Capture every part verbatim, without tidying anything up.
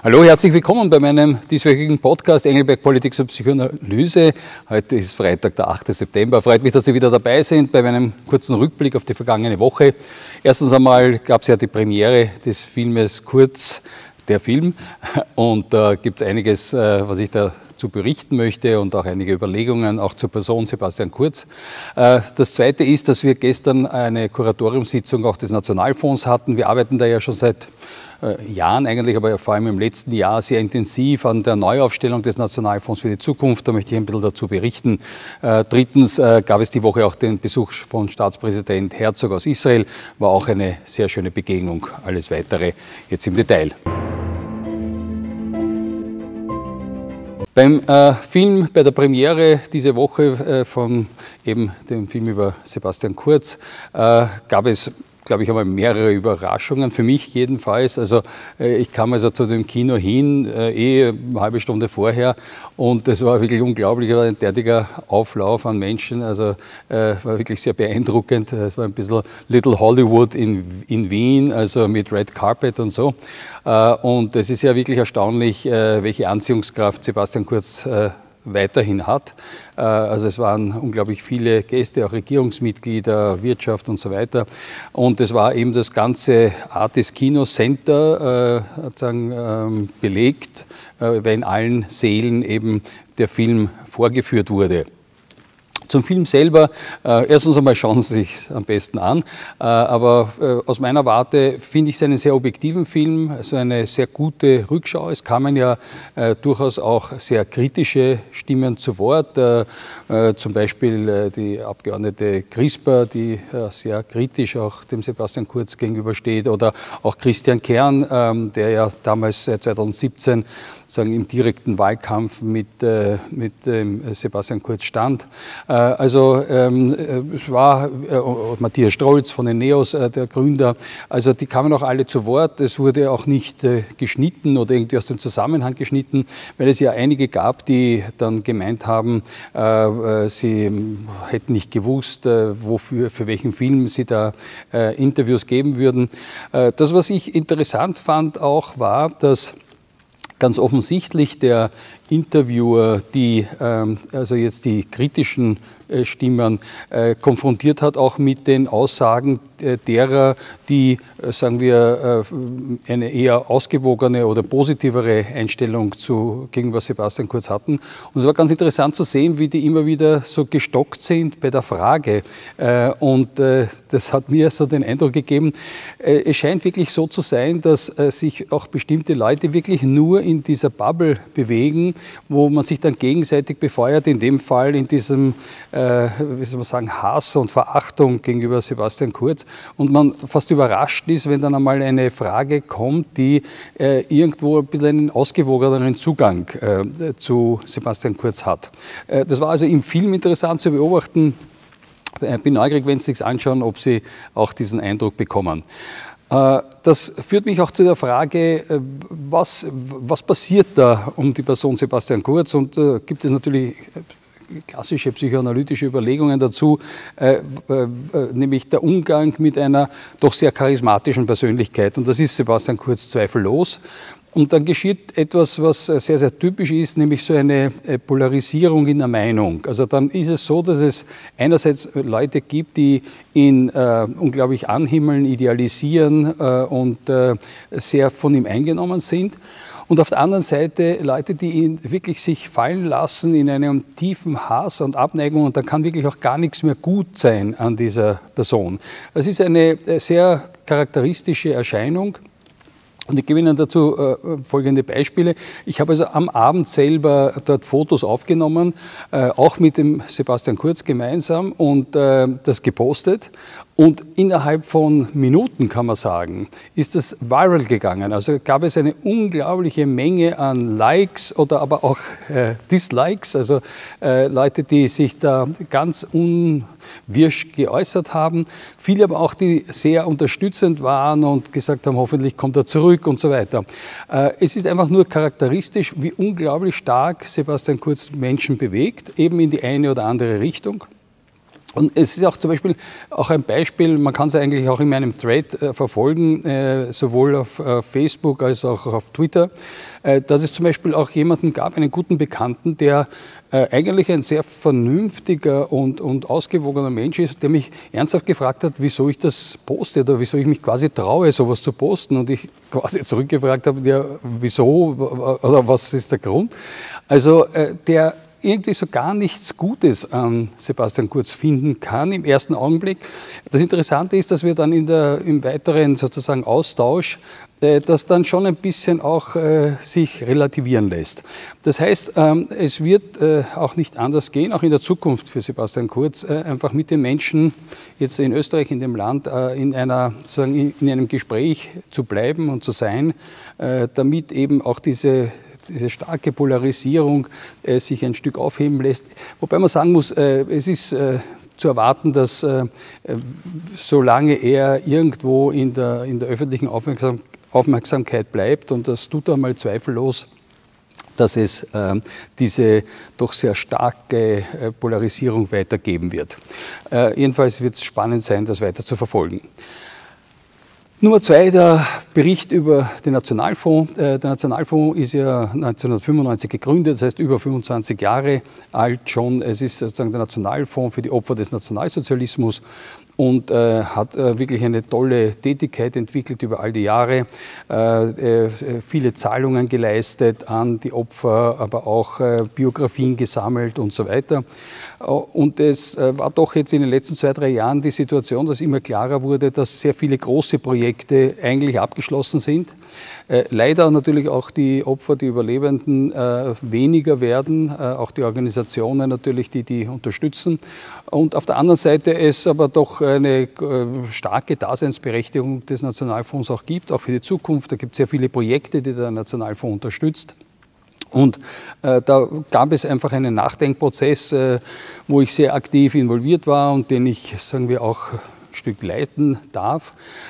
Hallo, herzlich willkommen bei meinem dieswöchigen Podcast Engelberg Politik und Psychoanalyse. Heute ist Freitag, der achte September. Freut mich, dass Sie wieder dabei sind bei meinem kurzen Rückblick auf die vergangene Woche. Erstens einmal gab es ja die Premiere des Filmes Kurz, der Film. Und da gibt es einiges, was ich da zu berichten möchte und auch einige Überlegungen auch zur Person Sebastian Kurz. Das Zweite ist, dass wir gestern eine Kuratoriumssitzung auch des Nationalfonds hatten. Wir arbeiten da ja schon seit Jahren eigentlich, aber vor allem im letzten Jahr sehr intensiv an der Neuaufstellung des Nationalfonds für die Zukunft. Da möchte ich ein bisschen dazu berichten. Drittens gab es die Woche auch den Besuch von Staatspräsident Herzog aus Israel. War auch eine sehr schöne Begegnung. Alles Weitere jetzt im Detail. Beim äh, Film, bei der Premiere diese Woche äh, von eben dem Film über Sebastian Kurz äh, gab es, glaube ich, einmal mehrere Überraschungen, für mich jedenfalls. Also äh, ich kam also zu dem Kino hin, äh, eh eine halbe Stunde vorher, und es war wirklich unglaublich, ein derartiger Auflauf an Menschen, also äh, war wirklich sehr beeindruckend. Es war ein bisschen Little Hollywood in, in Wien, also mit Red Carpet und so. Äh, und es ist ja wirklich erstaunlich, äh, welche Anziehungskraft Sebastian Kurz äh, weiterhin hat. Also es waren unglaublich viele Gäste, auch Regierungsmitglieder, Wirtschaft und so weiter. Und es war eben das ganze Artis Kino Center äh, sozusagen, ähm, belegt, äh, weil in allen Sälen eben der Film vorgeführt wurde. Zum Film selber, äh, erstens einmal schauen Sie sich am besten an, äh, aber äh, aus meiner Warte finde ich es einen sehr objektiven Film, also eine sehr gute Rückschau. Es kamen ja äh, durchaus auch sehr kritische Stimmen zu Wort, äh, äh, zum Beispiel äh, die Abgeordnete Crisper, die äh, sehr kritisch auch dem Sebastian Kurz gegenübersteht, oder auch Christian Kern, äh, der ja damals äh, zweitausendsiebzehn sagen, im direkten Wahlkampf mit, äh, mit äh, Sebastian Kurz stand. Äh, also ähm, es war äh, Matthias Strolz von den Neos, äh, der Gründer, also die kamen auch alle zu Wort. Es wurde auch nicht äh, geschnitten oder irgendwie aus dem Zusammenhang geschnitten, weil es ja einige gab, die dann gemeint haben, äh, sie hätten nicht gewusst, äh, wofür, für welchen Film sie da äh, Interviews geben würden. Äh, das, was ich interessant fand auch, war, dass ganz offensichtlich der Interviewer, die ähm, also jetzt die kritischen äh, Stimmen äh, konfrontiert hat, auch mit den Aussagen äh, derer, die, äh, sagen wir, äh, eine eher ausgewogene oder positivere Einstellung zu, gegenüber Sebastian Kurz hatten. Und es war ganz interessant zu sehen, wie die immer wieder so gestockt sind bei der Frage. Äh, und äh, das hat mir so den Eindruck gegeben, äh, es scheint wirklich so zu sein, dass äh, sich auch bestimmte Leute wirklich nur in dieser Bubble bewegen, wo man sich dann gegenseitig befeuert, in dem Fall in diesem, äh, wie soll man sagen, Hass und Verachtung gegenüber Sebastian Kurz, und man fast überrascht ist, wenn dann einmal eine Frage kommt, die äh, irgendwo ein bisschen einen ausgewogeneren Zugang äh, zu Sebastian Kurz hat. Äh, das war also im Film interessant zu beobachten. Ich bin neugierig, wenn Sie sich anschauen, ob Sie auch diesen Eindruck bekommen. Das führt mich auch zu der Frage, was, was passiert da um die Person Sebastian Kurz, und da gibt es natürlich klassische psychoanalytische Überlegungen dazu, äh, äh, nämlich der Umgang mit einer doch sehr charismatischen Persönlichkeit, und das ist Sebastian Kurz zweifellos. Und dann geschieht etwas, was sehr, sehr typisch ist, nämlich so eine Polarisierung in der Meinung. Also dann ist es so, dass es einerseits Leute gibt, die ihn äh, unglaublich anhimmeln, idealisieren äh, und äh, sehr von ihm eingenommen sind. Und auf der anderen Seite Leute, die ihn wirklich sich fallen lassen in einem tiefen Hass und Abneigung, und da kann wirklich auch gar nichts mehr gut sein an dieser Person. Das ist eine sehr charakteristische Erscheinung. Und ich gebe Ihnen dazu äh, folgende Beispiele. Ich habe also am Abend selber dort Fotos aufgenommen, äh, auch mit dem Sebastian Kurz gemeinsam, und äh, das gepostet. Und innerhalb von Minuten, kann man sagen, ist das viral gegangen. Also gab es eine unglaubliche Menge an Likes oder aber auch äh, Dislikes, also äh, Leute, die sich da ganz unwirsch geäußert haben. Viele aber auch, die sehr unterstützend waren und gesagt haben, hoffentlich kommt er zurück und so weiter. Äh, es ist einfach nur charakteristisch, wie unglaublich stark Sebastian Kurz Menschen bewegt, eben in die eine oder andere Richtung. Und es ist auch zum Beispiel auch ein Beispiel, man kann es eigentlich auch in meinem Thread äh, verfolgen, äh, sowohl auf äh, Facebook als auch auf Twitter, äh, dass es zum Beispiel auch jemanden gab, einen guten Bekannten, der äh, eigentlich ein sehr vernünftiger und, und ausgewogener Mensch ist, der mich ernsthaft gefragt hat, wieso ich das poste oder wieso ich mich quasi traue, sowas zu posten. Und ich quasi zurückgefragt habe, ja, wieso oder was ist der Grund? Also äh, der irgendwie so gar nichts Gutes an Sebastian Kurz finden kann im ersten Augenblick. Das Interessante ist, dass wir dann in der, im weiteren sozusagen Austausch äh, das dann schon ein bisschen auch äh, sich relativieren lässt. Das heißt, ähm, es wird äh, auch nicht anders gehen, auch in der Zukunft für Sebastian Kurz, äh, einfach mit den Menschen jetzt in Österreich, in dem Land, äh, in, einer, sozusagen in, in einem Gespräch zu bleiben und zu sein, äh, damit eben auch diese diese starke Polarisierung äh, sich ein Stück aufheben lässt. Wobei man sagen muss, äh, es ist äh, zu erwarten, dass äh, solange er irgendwo in der, in der öffentlichen Aufmerksam Aufmerksamkeit bleibt, und das tut er mal zweifellos, dass es äh, diese doch sehr starke äh, Polarisierung weitergeben wird. Äh, jedenfalls wird es spannend sein, das weiter zu verfolgen. Nummer zwei, der Bericht über den Nationalfonds. Der Nationalfonds ist ja neunzehnhundertfünfundneunzig gegründet, das heißt über fünfundzwanzig Jahre alt schon. Es ist sozusagen der Nationalfonds für die Opfer des Nationalsozialismus und äh, hat äh, wirklich eine tolle Tätigkeit entwickelt über all die Jahre, äh, äh, viele Zahlungen geleistet an die Opfer, aber auch äh, Biografien gesammelt und so weiter. Und es äh, war doch jetzt in den letzten zwei, drei Jahren die Situation, dass immer klarer wurde, dass sehr viele große Projekte eigentlich abgeschlossen sind. Äh, leider natürlich auch die Opfer, die Überlebenden äh, weniger werden, äh, auch die Organisationen natürlich, die die unterstützen. Und auf der anderen Seite es aber doch eine äh, starke Daseinsberechtigung des Nationalfonds auch gibt, auch für die Zukunft. Da gibt es sehr viele Projekte, die der Nationalfonds unterstützt. Und äh, da gab es einfach einen Nachdenkprozess, äh, wo ich sehr aktiv involviert war und den ich, sagen wir, auch Stück leiten darf.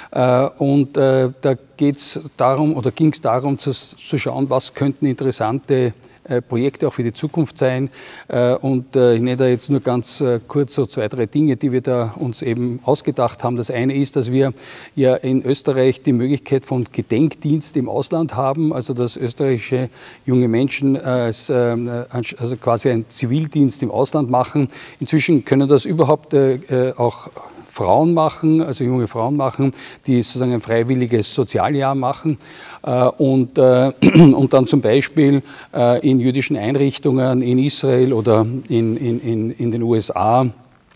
Und da geht's darum, oder ging es darum zu, zu schauen, was könnten interessante Projekte auch für die Zukunft sein. Und ich nenne da jetzt nur ganz kurz so zwei, drei Dinge, die wir da uns eben ausgedacht haben. Das eine ist, dass wir ja in Österreich die Möglichkeit von Gedenkdienst im Ausland haben, also dass österreichische junge Menschen als, also quasi einen Zivildienst im Ausland machen. Inzwischen können das überhaupt auch Frauen machen, also junge Frauen machen, die sozusagen ein freiwilliges Sozialjahr machen äh, und, äh, und dann zum Beispiel äh, in jüdischen Einrichtungen in Israel oder in, in, in, in den U S A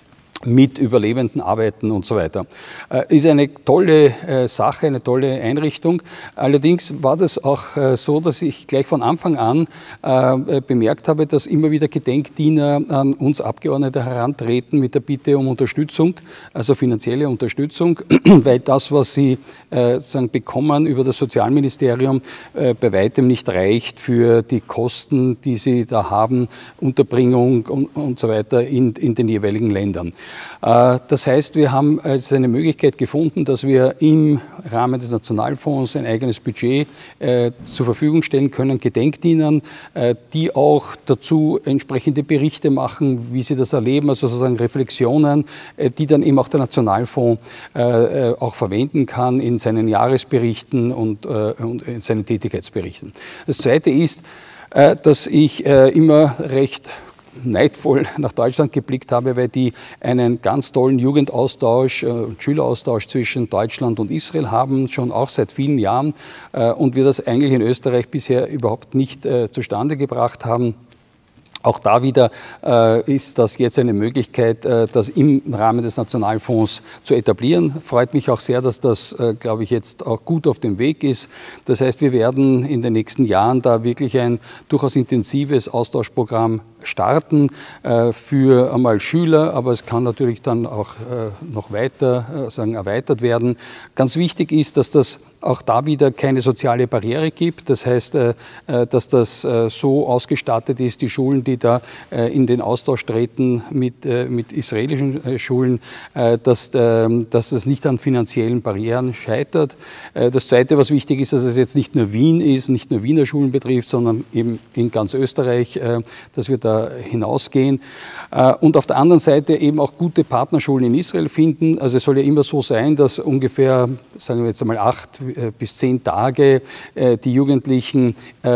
mit Überlebenden arbeiten und so weiter. Äh, ist eine tolle äh, Sache, eine tolle Einrichtung. Allerdings war das auch äh, so, dass ich gleich von Anfang an äh, bemerkt habe, dass immer wieder Gedenkdiener an uns Abgeordnete herantreten mit der Bitte um Unterstützung, also finanzielle Unterstützung, weil das, was sie äh, sagen, bekommen über das Sozialministerium, äh, bei weitem nicht reicht für die Kosten, die sie da haben, Unterbringung und, und so weiter in, in den jeweiligen Ländern. Das heißt, wir haben also eine Möglichkeit gefunden, dass wir im Rahmen des Nationalfonds ein eigenes Budget äh, zur Verfügung stellen können, Gedenkdienern, äh, die auch dazu entsprechende Berichte machen, wie sie das erleben, also sozusagen Reflexionen, äh, die dann eben auch der Nationalfonds äh, auch verwenden kann in seinen Jahresberichten und, äh, und in seinen Tätigkeitsberichten. Das Zweite ist, äh, dass ich äh, immer recht neidvoll nach Deutschland geblickt habe, weil die einen ganz tollen Jugendaustausch und Schüleraustausch zwischen Deutschland und Israel haben, schon auch seit vielen Jahren, und wir das eigentlich in Österreich bisher überhaupt nicht zustande gebracht haben. Auch da wieder äh, ist das jetzt eine Möglichkeit, äh, das im Rahmen des Nationalfonds zu etablieren. Freut mich auch sehr, dass das, äh, glaube ich, jetzt auch gut auf dem Weg ist. Das heißt, wir werden in den nächsten Jahren da wirklich ein durchaus intensives Austauschprogramm starten äh, für einmal Schüler, aber es kann natürlich dann auch äh, noch weiter äh, sagen, erweitert werden. Ganz wichtig ist, dass das auch da wieder keine soziale Barriere gibt. Das heißt, äh, dass das äh, so ausgestattet ist, die Schulen, die da äh, in den Austausch treten mit, äh, mit israelischen äh, Schulen, äh, dass, äh, dass das nicht an finanziellen Barrieren scheitert. Äh, das Zweite, was wichtig ist, dass es jetzt nicht nur Wien ist, nicht nur Wiener Schulen betrifft, sondern eben in ganz Österreich, äh, dass wir da weiter hinausgehen. Und auf der anderen Seite eben auch gute Partnerschulen in Israel finden. Also es soll ja immer so sein, dass ungefähr, sagen wir jetzt einmal acht bis zehn Tage die Jugendlichen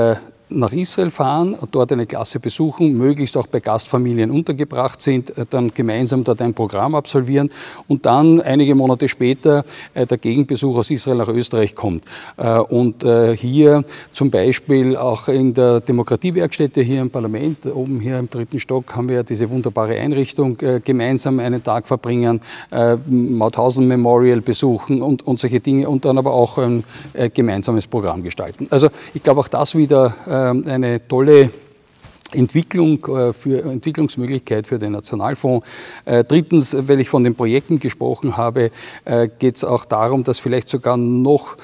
nach Israel fahren, dort eine Klasse besuchen, möglichst auch bei Gastfamilien untergebracht sind, dann gemeinsam dort ein Programm absolvieren und dann einige Monate später der Gegenbesuch aus Israel nach Österreich kommt. Und hier zum Beispiel auch in der Demokratiewerkstätte hier im Parlament, oben hier im dritten Stock, haben wir ja diese wunderbare Einrichtung, gemeinsam einen Tag verbringen, Mauthausen Memorial besuchen und, und solche Dinge und dann aber auch ein gemeinsames Programm gestalten. Also ich glaube auch das wieder eine tolle Entwicklung, für Entwicklungsmöglichkeit für den Nationalfonds. Drittens, weil ich von den Projekten gesprochen habe, geht es auch darum, das vielleicht sogar noch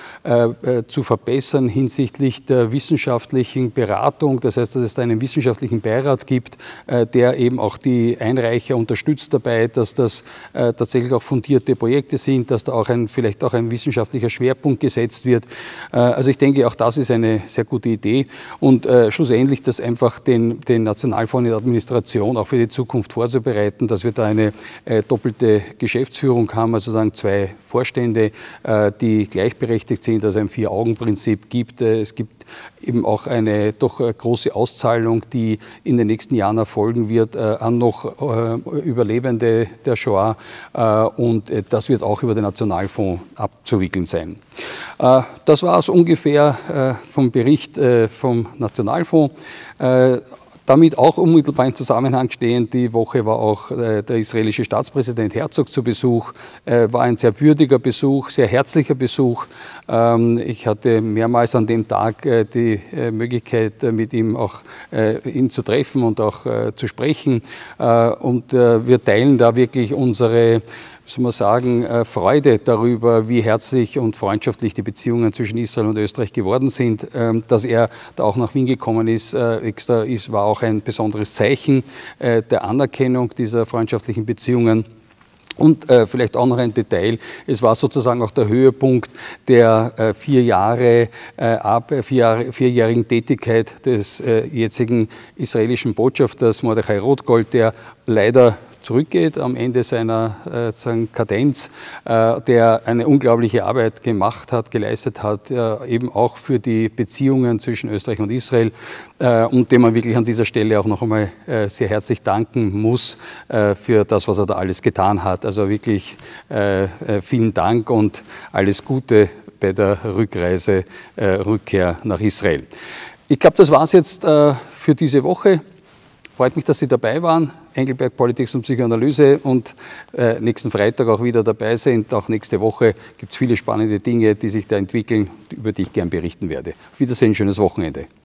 zu verbessern hinsichtlich der wissenschaftlichen Beratung. Das heißt, dass es da einen wissenschaftlichen Beirat gibt, der eben auch die Einreicher unterstützt dabei, dass das tatsächlich auch fundierte Projekte sind, dass da auch ein, vielleicht auch ein wissenschaftlicher Schwerpunkt gesetzt wird. Also ich denke, auch das ist eine sehr gute Idee und schlussendlich, dass einfach den den Nationalfonds in der Administration auch für die Zukunft vorzubereiten, dass wir da eine äh, doppelte Geschäftsführung haben, also sozusagen zwei Vorstände, äh, die gleichberechtigt sind, also ein Vier-Augen-Prinzip gibt. Äh, es gibt eben auch eine doch äh, große Auszahlung, die in den nächsten Jahren erfolgen wird, äh, an noch äh, Überlebende der Shoah äh, und äh, das wird auch über den Nationalfonds abzuwickeln sein. Äh, das war es ungefähr äh, vom Bericht äh, vom Nationalfonds. Äh, Damit auch unmittelbar im Zusammenhang stehend, die Woche war auch äh, der israelische Staatspräsident Herzog zu Besuch, äh, war ein sehr würdiger Besuch, sehr herzlicher Besuch. Ähm, ich hatte mehrmals an dem Tag äh, die äh, Möglichkeit, äh, mit ihm auch äh, ihn zu treffen und auch äh, zu sprechen. Äh, und äh, wir teilen da wirklich unsere, soll man sagen, Freude darüber, wie herzlich und freundschaftlich die Beziehungen zwischen Israel und Österreich geworden sind. Dass er da auch nach Wien gekommen ist, extra ist, war auch ein besonderes Zeichen der Anerkennung dieser freundschaftlichen Beziehungen. Und äh, vielleicht auch noch ein Detail, es war sozusagen auch der Höhepunkt der äh, vier Jahre, äh, ab, vier Jahre, vierjährigen Tätigkeit des äh, jetzigen israelischen Botschafters Mordechai Rothgold, der leider zurückgeht am Ende seiner äh, sagen, Kadenz, äh, der eine unglaubliche Arbeit gemacht hat, geleistet hat, äh, eben auch für die Beziehungen zwischen Österreich und Israel äh, und dem man wirklich an dieser Stelle auch noch einmal äh, sehr herzlich danken muss äh, für das, was er da alles getan hat. Also wirklich äh, äh, vielen Dank und alles Gute bei der Rückreise, äh, Rückkehr nach Israel. Ich glaube, das war es jetzt äh, für diese Woche. Freut mich, dass Sie dabei waren. Engelberg Politik und Psychoanalyse und äh, nächsten Freitag auch wieder dabei sind. Auch nächste Woche gibt es viele spannende Dinge, die sich da entwickeln, über die ich gern berichten werde. Auf Wiedersehen, schönes Wochenende.